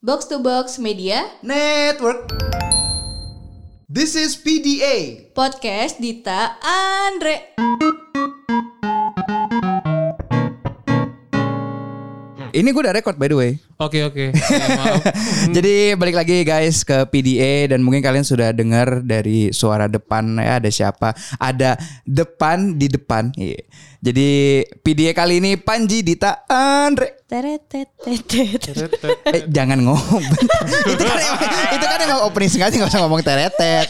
Box to Box Media Network. This is PDA Podcast Dita Andre. Ini gue udah record by the way. Oke. Maaf. Jadi balik lagi guys ke PDA dan mungkin kalian sudah dengar dari suara depan ya, ada siapa? Ada depan di depan. Iya. Jadi PDA kali ini Panji Dita Andre. Jangan ngomong. itu kan emang opening sengaja, enggak usah ngomong teretet.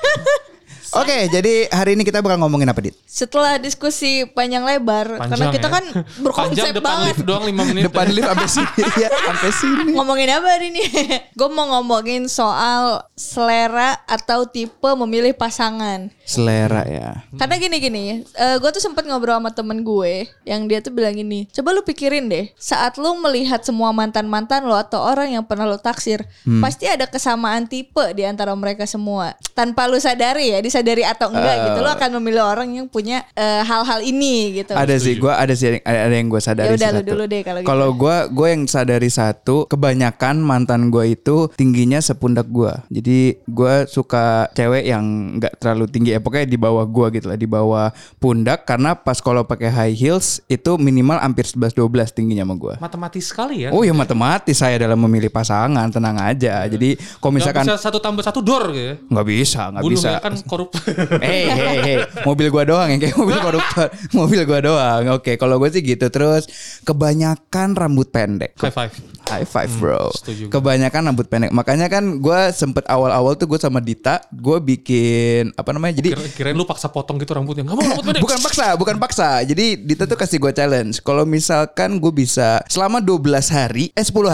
Oke, jadi hari ini kita bakal ngomongin apa, Dit? Setelah diskusi panjang lebar, karena kita kan berkonsep depan banget. Lift doang 5 menit. Depan lift sampai sini ya, sampai sini. Ngomongin apa hari ini? Gue mau ngomongin soal selera atau tipe memilih pasangan. Selera ya. Karena gini, gue tuh sempet ngobrol sama temen gue yang dia tuh bilang gini, coba lu pikirin deh, saat lu melihat semua mantan-mantan lo atau orang yang pernah lo taksir, pasti ada kesamaan tipe di antara mereka semua. Tanpa lu sadari ya, disadari atau enggak gitu, lo akan memilih orang yang punya hal-hal ini gitu. Ada sih, gue ada yang gue sadari. Ya udah lu satu. dulu deh kalau gitu. Kalau gue yang sadari satu, kebanyakan mantan gue itu tingginya sepundak gue. Jadi gue suka cewek yang nggak terlalu tinggi. Pokoknya di bawah gua gitu lah, di bawah pundak, karena pas kalau pakai high heels itu minimal hampir 11-12 tingginya sama gua. Matematis sekali ya. Oh ya, matematis saya dalam memilih pasangan, tenang aja. Jadi kalau misalkan gak bisa 1 tambah 1 door gitu ya. nggak bisa. Bunuhnya kan korup. Hey, mobil gua doang yang kayak mobil koruptor. Mobil gua doang. Oke, kalau gue sih gitu. Terus kebanyakan rambut pendek. High five bro. Setuju. Kebanyakan rambut pendek. Makanya kan gue sempet awal-awal tuh gue sama Dita, gue bikin apa namanya? Jadi kirain lu paksa potong gitu rambutnya. Enggak mau rambut pendek. Bukan paksa. Jadi Dita tuh kasih gue challenge. Kalau misalkan gue bisa selama 10 hari, 1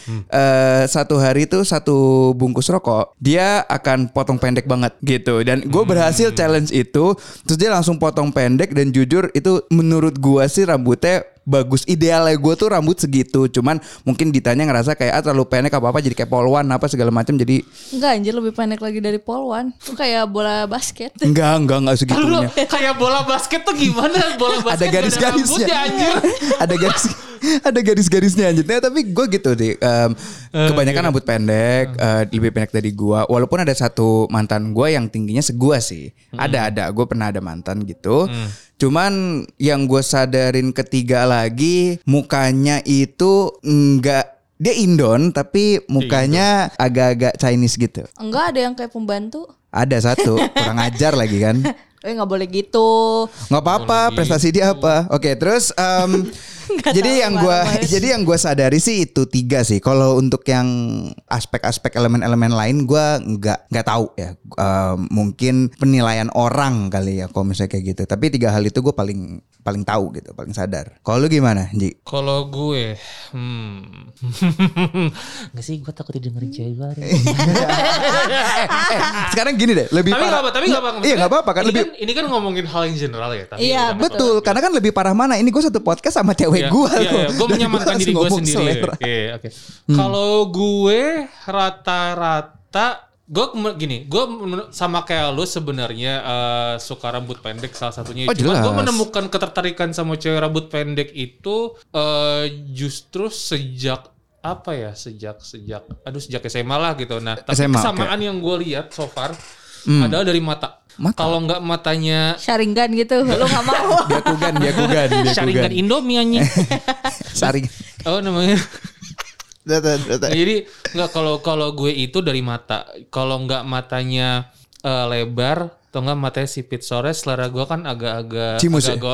hari tuh 1 bungkus rokok, dia akan potong pendek banget gitu. Dan gue berhasil challenge itu. Terus dia langsung potong pendek, dan jujur itu menurut gue sih rambutnya bagus. Idealnya gue tuh rambut segitu. Cuman mungkin Ditanya ngerasa kayak terlalu pendek apa-apa, jadi kayak polwan apa segala macam. Jadi enggak, anjir, lebih pendek lagi dari polwan. Itu kayak bola basket. Enggak segitunya. Kayak bola basket tuh gimana? Bola basket ada garis-garisnya anjir. ada garis-garisnya anjir. Nah, tapi gue gitu deh. Kebanyakan rambut pendek, lebih pendek dari gue. Walaupun ada satu mantan gue yang tingginya segua sih. Ada. Gue pernah ada mantan gitu. Cuman yang gue sadarin ketiga lagi, mukanya itu enggak, dia Indon tapi mukanya agak-agak Chinese gitu. Enggak, ada yang kayak pembantu. Ada satu, kurang ajar lagi kan. Nggak boleh gitu. Nggak apa-apa, prestasi dia apa? Oke, terus jadi yang gue sadari sih itu 3 sih. Kalau untuk yang aspek-aspek elemen-elemen lain gue nggak tahu ya. Mungkin penilaian orang kali ya kalau misalnya kayak gitu. Tapi 3 hal itu gue paling tahu gitu, paling sadar. Kalau lu gimana, Ji? Kalau gue, nggak sih, gue takut didengerin cewek gue. Sekarang gini deh, lebih parah. Tapi nggak apa. Iya, nggak apa-apa kan. Ini kan ngomongin hal yang general ya. Tapi iya, betul. Karena kan lebih parah mana? Ini gue satu podcast sama cewek gue. Iya. Gue menyamankan diri gue sendiri. Oke. Kalau gue rata-rata, gue sama kayak lu sebenarnya suka rambut pendek salah satunya. Cuma gue menemukan ketertarikan sama cewek rambut pendek itu justru sejak SMA lah gitu. Nah, tapi SMA, kesamaan yang gue lihat so far adalah dari mata. Kalau nggak matanya Sharingan gitu, lo nggak mau. Dia kugan. Sharingan Indomie anjing. Sharingan. Oh namanya. Nah, jadi nggak, kalau gue itu dari mata. Kalau nggak matanya lebar atau nggak matanya sipit sore, selera gue kan agak-agak cimus ya?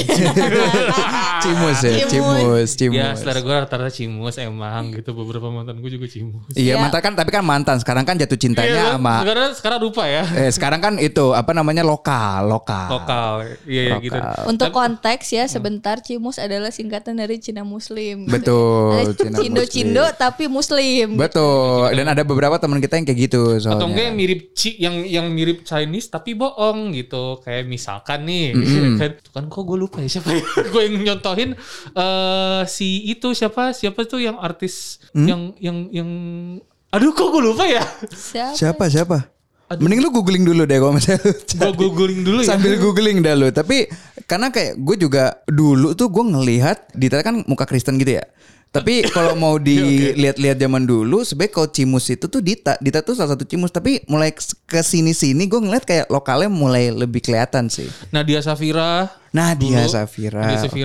Cimus. Ya selera gue rata-rata cimus emang gitu. Beberapa mantan gue juga cimus. Iya, mantan kan, tapi kan mantan. Sekarang kan jatuh cintanya sama. Sekarang rupa ya. Sekarang kan itu apa namanya lokal. Iya gitu. Untuk konteks ya, sebentar, cimus adalah singkatan dari Cina Muslim. Betul. Cindo tapi Muslim. Betul. Dan ada beberapa teman kita yang kayak gitu. Soalnya. Atau enggak yang mirip Chinese tapi bohong gitu. Kayak misalkan nih, kan kok gue lupa ya siapa ya. Gue yang nyontohin si itu siapa tuh yang artis yang aduh kok gue lupa ya. Siapa? Aduh. Mending lu googling dulu deh kalau misalnya. Gue googling dulu ya. Sambil googling dah lu. Tapi karena kayak gue juga dulu tuh gue ngelihat Dita kan muka Kristen gitu ya. Tapi kalau mau dilihat-lihat zaman dulu, sebenarnya kalau Cimus itu tuh Dita tuh salah satu Cimus. Tapi mulai ke sini gue ngeliat kayak lokalnya mulai lebih kelihatan sih. Nadia Safira. Nadia Safira.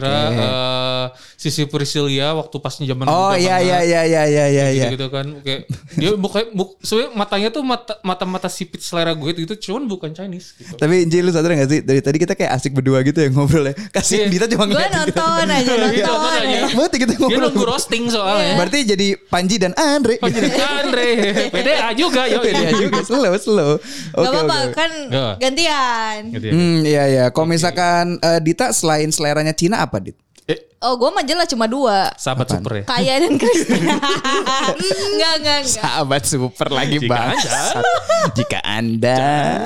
Sisi Priscilia waktu pas zaman Oh iya. gitu kan. Kayak dia sebenarnya matanya tuh mata sipit selera gue gitu, cuman bukan Chinese gitu. Tapi Ji, lu sadar gak sih dari tadi kita kayak asik berdua gitu ya ngobrol ya. Kasih Dita cuma Gue nonton aja. Berarti kita Dia ngobrol. nunggu roasting soalnya. Berarti jadi Panji dan Andre. Andre, PDA juga yo. Iya juga slow. Gak apa-apa kan Gak. gantian. Iya. Kalau misalkan Dita selain seleranya Cina apa, Dit? Oh gue mah jelas cuma 2. Sahabat super ya. Kaya dan Kristen. Enggak. Sahabat super lagi bangsat. Jika Anda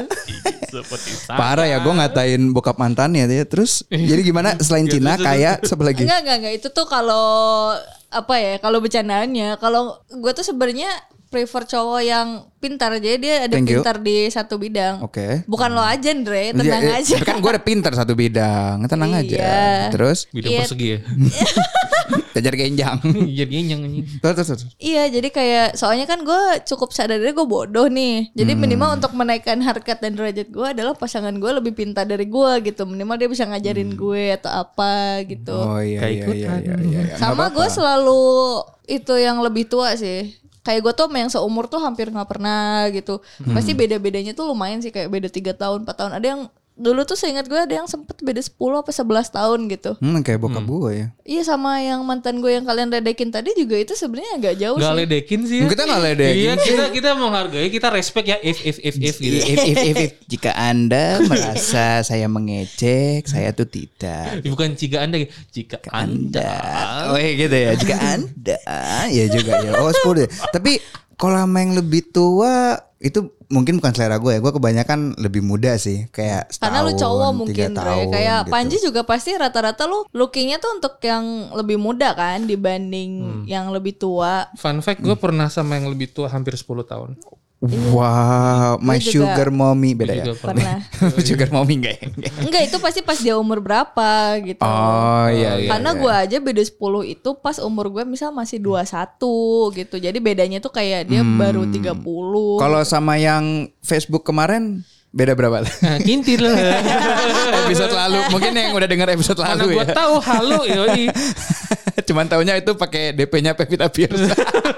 parah ya, gue ngatain bokap mantannya dia. Terus jadi gimana selain Cina kaya siapa lagi? Enggak. Itu tuh kalau apa ya? Kalau bercandaannya, kalau gue tuh sebenarnya prefer cowok yang pintar, jadi dia ada Thank you. pintar di satu bidang. Oke. Bukan lo aja, Andre, tenang Iya, aja. Tapi kan gue udah pintar satu bidang, tenang Iya. aja. Terus Bidang Iya. persegi ya. kejar genjang. Jadi nyenyang anjing. Terus. Iya, jadi kayak soalnya kan gue cukup sadar diri gue bodoh nih. Jadi minimal untuk menaikkan harkat dan derajat gue adalah pasangan gue lebih pintar dari gue gitu. Minimal dia bisa ngajarin gue atau apa gitu. Oh iya. Kayak ikutan. Sama gue selalu itu yang lebih tua sih. Kayak gue tuh sama yang seumur tuh hampir gak pernah gitu. Pasti beda-bedanya tuh lumayan sih. Kayak beda 3 tahun, 4 tahun. Ada yang dulu tuh seingat gue ada yang sempet beda 10 apa 11 tahun gitu. Kayak bokap gue ya. Iya, sama yang mantan gue yang kalian ledekin tadi juga itu sebenarnya agak jauh Gak sih. ledekin sih ya. Kita nggak ledekin. Iya, kita menghargai, kita respect ya if gitu. If. Jika Anda merasa saya mengejek, saya tuh tidak. Bukan jika Anda, jika Anda. Oh iya gitu ya. Jika Anda ya juga ya. Oh 10 ya. Tapi kalau sama yang lebih tua itu mungkin bukan selera gue ya. Gue kebanyakan lebih muda sih. Kayak setahun, Karena lu cowok 3 mungkin Dre. tahun Kayak gitu. Panji juga pasti rata-rata lu lookingnya tuh untuk yang lebih muda kan dibanding yang lebih tua. Fun fact, gue pernah sama yang lebih tua hampir 10 tahun. Wow, my Gue juga sugar mommy beda ya. juga Pernah. Sugar mommy enggak ya? Enggak, itu pasti pas dia umur berapa gitu. Oh iya. Karena gue aja beda 10 itu pas umur gue misal masih 21 gitu. Jadi bedanya tuh kayak dia baru 30. Kalau sama yang Facebook kemarin beda berapa? Nah, kintil lah. Episode lalu. Mungkin yang udah dengar episode Mana lalu gue ya. tahu halu yoi. Cuman taunya itu pakai DP-nya Pevita Pierce.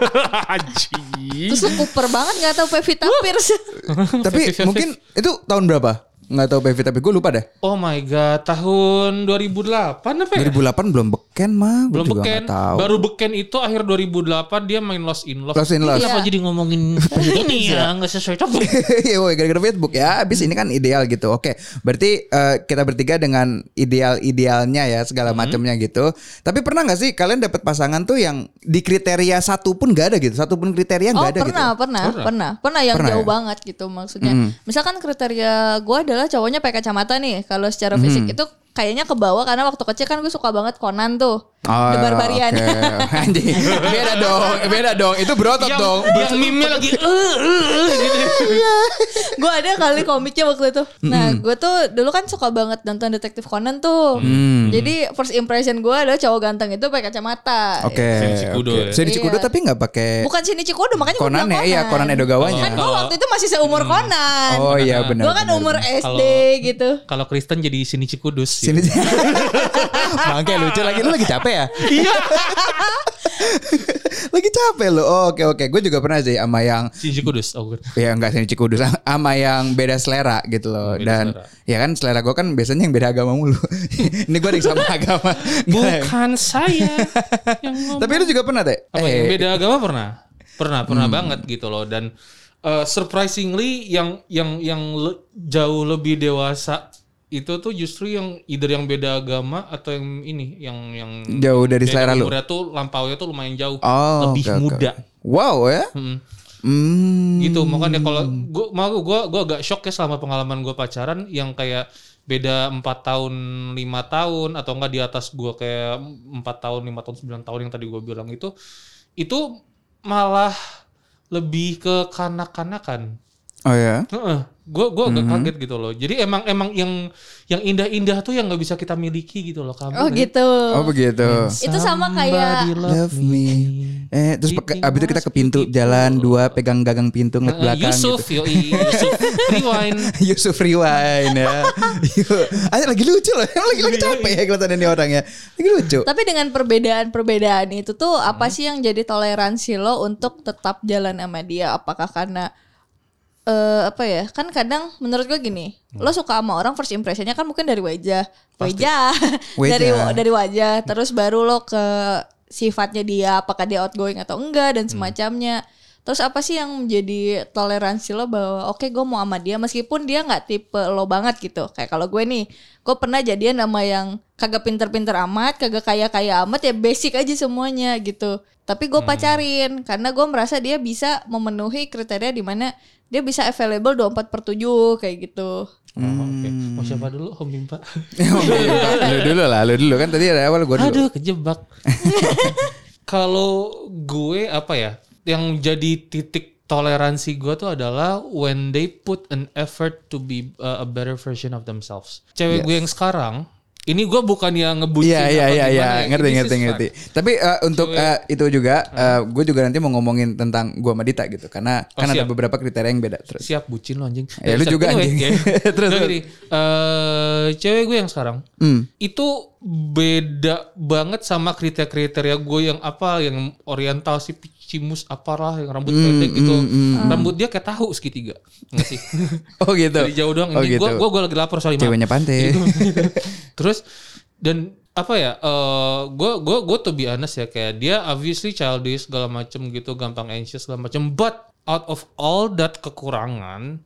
Anjing. Terus lu kuper banget gak tahu Pevita Pierce. Tapi mungkin itu tahun berapa? Nggak tahu Pevita Pierce. Gue lupa deh. Oh my god, tahun 2008 apa ya? 2008 belum beken mah. Belum juga beken. nggak tahu. Baru beken itu akhir 2008 dia main Lost in Love. Lost in Love. Kenapa Iya. jadi ngomongin ini ya? Nggak sesuai topik. Iya, woy, gara-gara Facebook ya. Abis ini kan ideal gitu. Oke, berarti kita bertiga dengan idealnya ya segala macamnya gitu. Tapi pernah nggak sih kalian dapat pasangan tuh yang di kriteria satu pun nggak ada gitu? Satu pun kriteria nggak ada gitu? Pernah yang Pernah jauh ya? banget gitu maksudnya. Misalkan kriteria gue adalah cowoknya pakai kacamata nih. Kalau secara fisik itu kayaknya ke bawah karena waktu kecil kan gue suka banget Conan tuh. The Barbarian. Oke. Anjing. Beda dong. Itu berotot dong. Yang meme-nya lagi Gue ada kali komiknya waktu itu. Nah gue tuh dulu kan suka banget nonton detektif Conan tuh. Jadi first impression gue adalah cowok ganteng itu pakai kacamata. Oke. Shinichi Kudo ya? Shinichi Kudo Iya. tapi nggak pakai Bukan Shinichi Kudo, makanya gue Conan bilang ya. Iya, Conan Edogawanya. Kan gue waktu itu masih seumur Conan. Oh iya benar. Gue kan umur SD gitu. Kalau Kristen jadi Shinichi Kudus. Sini. Bangke lucu lagi. Lu lagi capek ya? Iya. Lagi capek lu. Oh, oke. Gue juga pernah sih sama yang Shinichi Kudus. Oh, good. ya enggak Shinichi Kudus sama yang beda selera gitu loh. Beda Dan selera. ya kan selera gue kan biasanya yang beda agama mulu. Ini gue ada yang sama agama. Bukan saya yang ngomong. Tapi lu juga pernah Teh? Apa yang beda agama pernah banget gitu loh. Dan surprisingly yang jauh lebih dewasa itu tuh justru yang either yang beda agama atau yang ini yang Jauh dari beda selera lu. umurnya tuh lampaunya tuh lumayan jauh, Oh, lebih oke. muda. Wow ya. Gitu. Makanya kalau gue agak shock ya selama pengalaman gue pacaran yang kayak beda 4 tahun 5 tahun atau enggak di atas gue kayak 4 tahun 5 tahun 9 tahun yang tadi gue bilang itu malah lebih ke kanak-kanakan. Oh ya. Gue agak kaget gitu loh. Jadi emang yang indah-indah tuh yang nggak bisa kita miliki gitu loh. Kamu gitu. Oh begitu. Itu sama kayak Love me. Terus abis itu kita ke pintu jalan 2 pegang gagang pintu ngeliat belakang Yusuf, gitu. Yusuf Rewind. Yusuf Rewind ya. Lagi lucu loh. Lagi capek ya kelihatannya nih orangnya. Lagi lucu. Tapi dengan perbedaan itu tuh apa sih yang jadi toleransi lo untuk tetap jalan sama dia? Apakah karena apa ya, kan kadang menurut gue gini, lo suka sama orang first impressionnya kan mungkin dari wajah. dari wajah, terus baru lo ke sifatnya dia, apakah dia outgoing atau enggak dan semacamnya. Terus apa sih yang menjadi toleransi lo bahwa oke, gue mau sama dia meskipun dia nggak tipe lo banget gitu. Kayak kalau gue nih, gue pernah jadian sama yang kagak pinter-pinter amat, kagak kaya-kaya amat, ya basic aja semuanya gitu. Tapi gue pacarin karena gue merasa dia bisa memenuhi kriteria di mana dia bisa available 24/7 kayak gitu. Oke. Mau siapa dulu? Om Bimpa. Lu dulu kan tadi ada awal gue dulu. Aduh, kejebak. Kalau gue apa ya? Yang jadi titik toleransi gue tuh adalah when they put an effort to be a better version of themselves. Cewek gue yang sekarang, ini gue bukan yang ngebucin Iya, ngerti. Tapi untuk itu juga, gue juga nanti mau ngomongin tentang gue sama Dita gitu, karena kan ada beberapa kriteria yang beda. Terus. Siap, bucin lo anjing. Ya lu juga anjing. Terus. Cewek gue yang sekarang, itu beda banget sama kriteria gue yang orientasi cimus apalah, yang rambut pendek gitu. Rambut dia kayak tahu segitiga. Enggak sih? Oh gitu. Dari jauh doang. Ini gitu. gue lagi lapar soalnya. Ceweknya pantai. Terus dan apa ya? Gue to be honest ya, kayak dia obviously childish segala macem gitu, gampang anxious segala macem. But out of all that kekurangan,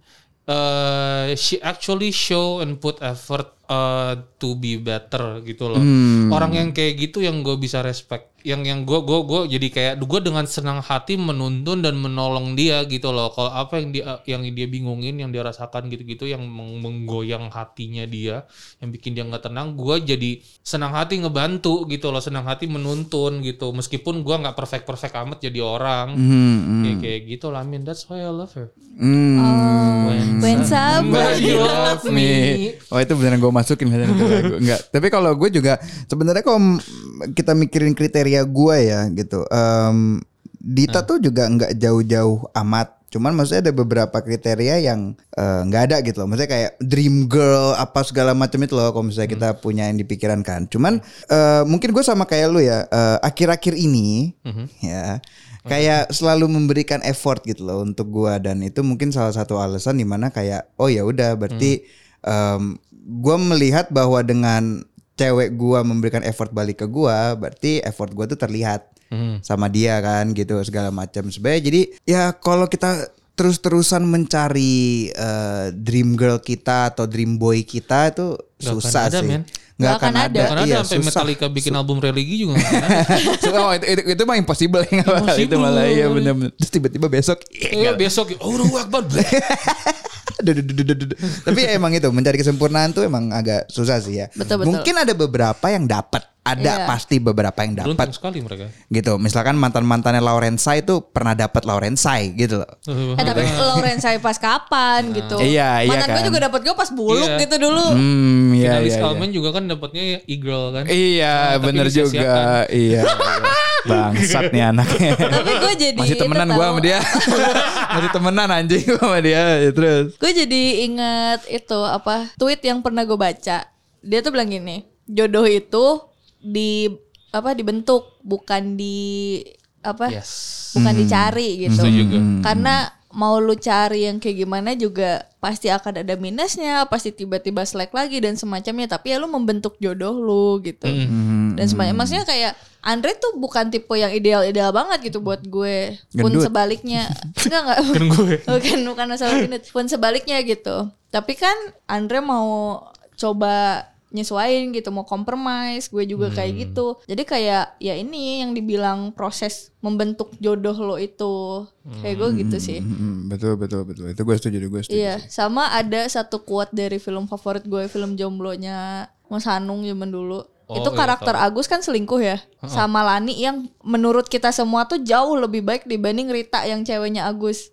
she actually show and put effort to be better gitu loh. Orang yang kayak gitu yang gue bisa respect. Yang gue jadi kayak gue dengan senang hati menuntun dan menolong dia gitu loh. Kalau apa yang dia bingungin, yang dia rasakan gitu-gitu, yang menggoyang hatinya dia, yang bikin dia nggak tenang, gue jadi senang hati ngebantu gitu loh, senang hati menuntun gitu. Meskipun gue nggak perfect amat jadi orang, kayak gitu lah. I mean, that's why I love her. When somebody love me. Oh itu beneran gue masukin itu lagu. Enggak. Tapi kalau gue juga sebenarnya kalau kita mikirin kriteria gue ya gitu, Dita tuh juga nggak jauh-jauh amat. Cuman maksudnya ada beberapa kriteria yang nggak ada gitu loh. Maksudnya kayak dream girl apa segala macam itu loh. Kalau misalnya kita punya yang dipikiran kan. Cuman mungkin gue sama kayak lu ya. Akhir-akhir ini ya kayak selalu memberikan effort gitu loh untuk gue, dan itu mungkin salah satu alasan dimana kayak oh ya udah berarti gue melihat bahwa dengan cewek gue memberikan effort balik ke gue, berarti effort gue tuh terlihat sama dia kan gitu segala macam. Sebenarnya jadi ya kalau kita terus-terusan mencari dream girl kita atau dream boy kita itu susah sih. Nggak akan ada. Karena ada sampai Metallica bikin album religi juga nggak ada. Oh itu mah impossible. Itu malah iya benar-benar. Terus tiba-tiba besok. Besok. Oh Akbar. Tapi emang itu mencari kesempurnaan tuh emang agak susah sih ya. Betul. Mungkin ada beberapa yang dapat. Ada pasti beberapa yang dapat. Beruntung sekali mereka. Gitu. Misalkan mantannya Laurensai itu pernah dapat Laurensai gitu loh. Tapi Laurensai pas kapan gitu. Iya Mantan kan. gue juga dapat gue pas buluk gitu dulu. Iya. Kalmen juga kan dapatnya e-girl kan. Iya, bener juga. Iya. Bangsat nih anaknya. Tapi gue jadi masih temenan gue sama dia. Masih temenan anjing gue sama dia. Ya, terus. Gue jadi ingat itu tweet yang pernah gue baca. Dia tuh bilang gini, jodoh itu dibentuk, bukan bukan dicari gitu. Karena mau lu cari yang kayak gimana juga pasti akan ada minusnya, pasti tiba-tiba slack lagi dan semacamnya. Tapi ya lu membentuk jodoh lu gitu. Dan semacamnya. Maksudnya kayak Andre tuh bukan tipe yang ideal banget gitu buat gue. Pun Gendut. sebaliknya. Enggak. Bukan masalah gendut. Pun sebaliknya gitu. Tapi kan Andre mau coba nyesuaiin gitu, mau compromise, gue juga kayak gitu. Jadi kayak ya ini yang dibilang proses membentuk jodoh lo itu. Kayak gue gitu sih. Betul. Itu gue setuju. Iya, sama ada satu quote dari film favorit gue, film Jomblonya Mas Hanung zaman dulu. Itu karakter Agus kan selingkuh ya sama Lani yang menurut kita semua tuh jauh lebih baik dibanding Rita yang ceweknya Agus.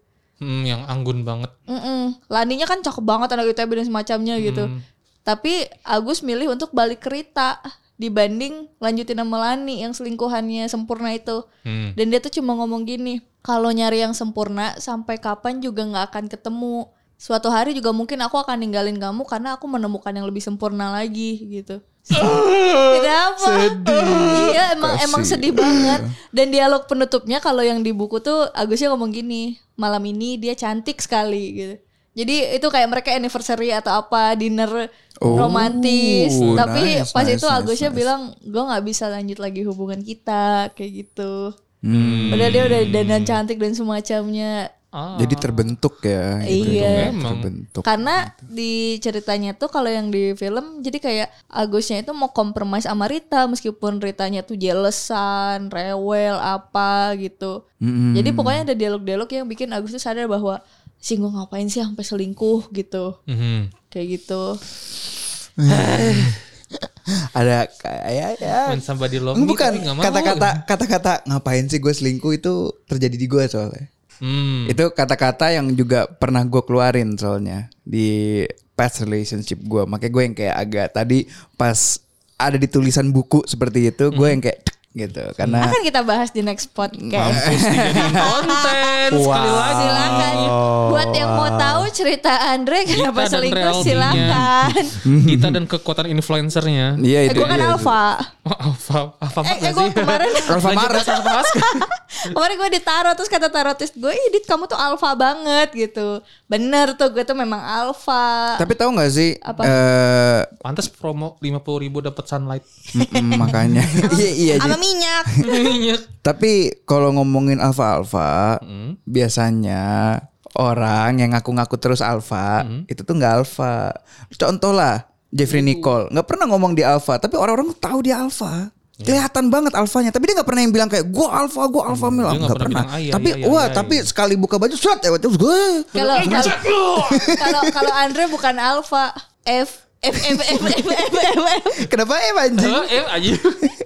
Yang anggun banget. Laninya kan cakep banget anak ITB dan semacamnya gitu. Tapi Agus milih untuk balik ke Rita dibanding lanjutin sama Lani yang selingkuhannya sempurna itu. Dan dia tuh cuma ngomong gini, kalau nyari yang sempurna sampai kapan juga nggak akan ketemu. Suatu hari juga mungkin aku akan ninggalin kamu karena aku menemukan yang lebih sempurna lagi gitu. Kenapa? Sedih. Iya emang sedih banget. Dan dialog penutupnya kalau yang di buku tuh Agusnya ngomong gini, malam ini dia cantik sekali gitu. Jadi itu kayak mereka anniversary atau apa, dinner romantis. Tapi pas itu Agusnya bilang gue nggak bisa lanjut lagi hubungan kita kayak gitu. Padahal dia udah dandan cantik dan semacamnya. Jadi terbentuk ya gitu. Iya. Terbentuk. Karena di ceritanya tuh kalau yang di film jadi kayak Agusnya itu mau compromise sama Rita meskipun Ritanya tuh jealousan, rewel apa gitu. Jadi pokoknya ada dialog-dialog yang bikin Agus tuh sadar bahwa sih gue ngapain sih sampai selingkuh gitu. Kayak gitu. Ada kayak ya. When somebody love me Bukan tapi gak mau. kata-kata ngapain sih gue selingkuh itu terjadi di gue soalnya. Itu kata-kata yang juga pernah gue keluarin soalnya di past relationship gue. Makanya gue yang kayak agak tadi pas ada di tulisan buku seperti itu, gue yang kayak gitu karena akan kita bahas di next podcast. Mampus dijadiin konten sekali lagi. Silakan. Buat yang mau tahu cerita Andre kenapa dan selingkuh reality-nya. silakan. Kita dan kekuatan influencernya. Iya itu. Gue kan iya, itu. alpha. Alpha Gue sih? kemarin Alfamaret. kemarin gue ditaruh terus kata tarotis gue, Dit kamu tuh alpha banget gitu. Bener tuh gue tuh memang alpha. Tapi tahu nggak sih? Apa? Pantes promo 50.000 dapat sunlight. Makanya. iya. Sama minyak. Tapi kalau ngomongin alfa biasanya orang yang ngaku-ngaku terus alfa itu tuh nggak alfa. Contoh lah Jeffrey Nicole nggak pernah ngomong dia alfa, tapi orang-orang tahu dia alfa. Kelihatan banget alfanya, tapi dia nggak pernah yang bilang kayak gue alfa mil, nggak pernah. Tapi tapi sekali buka baju terus gue. Kalau Andre bukan alpha, F. Kenapa anjing? Aja.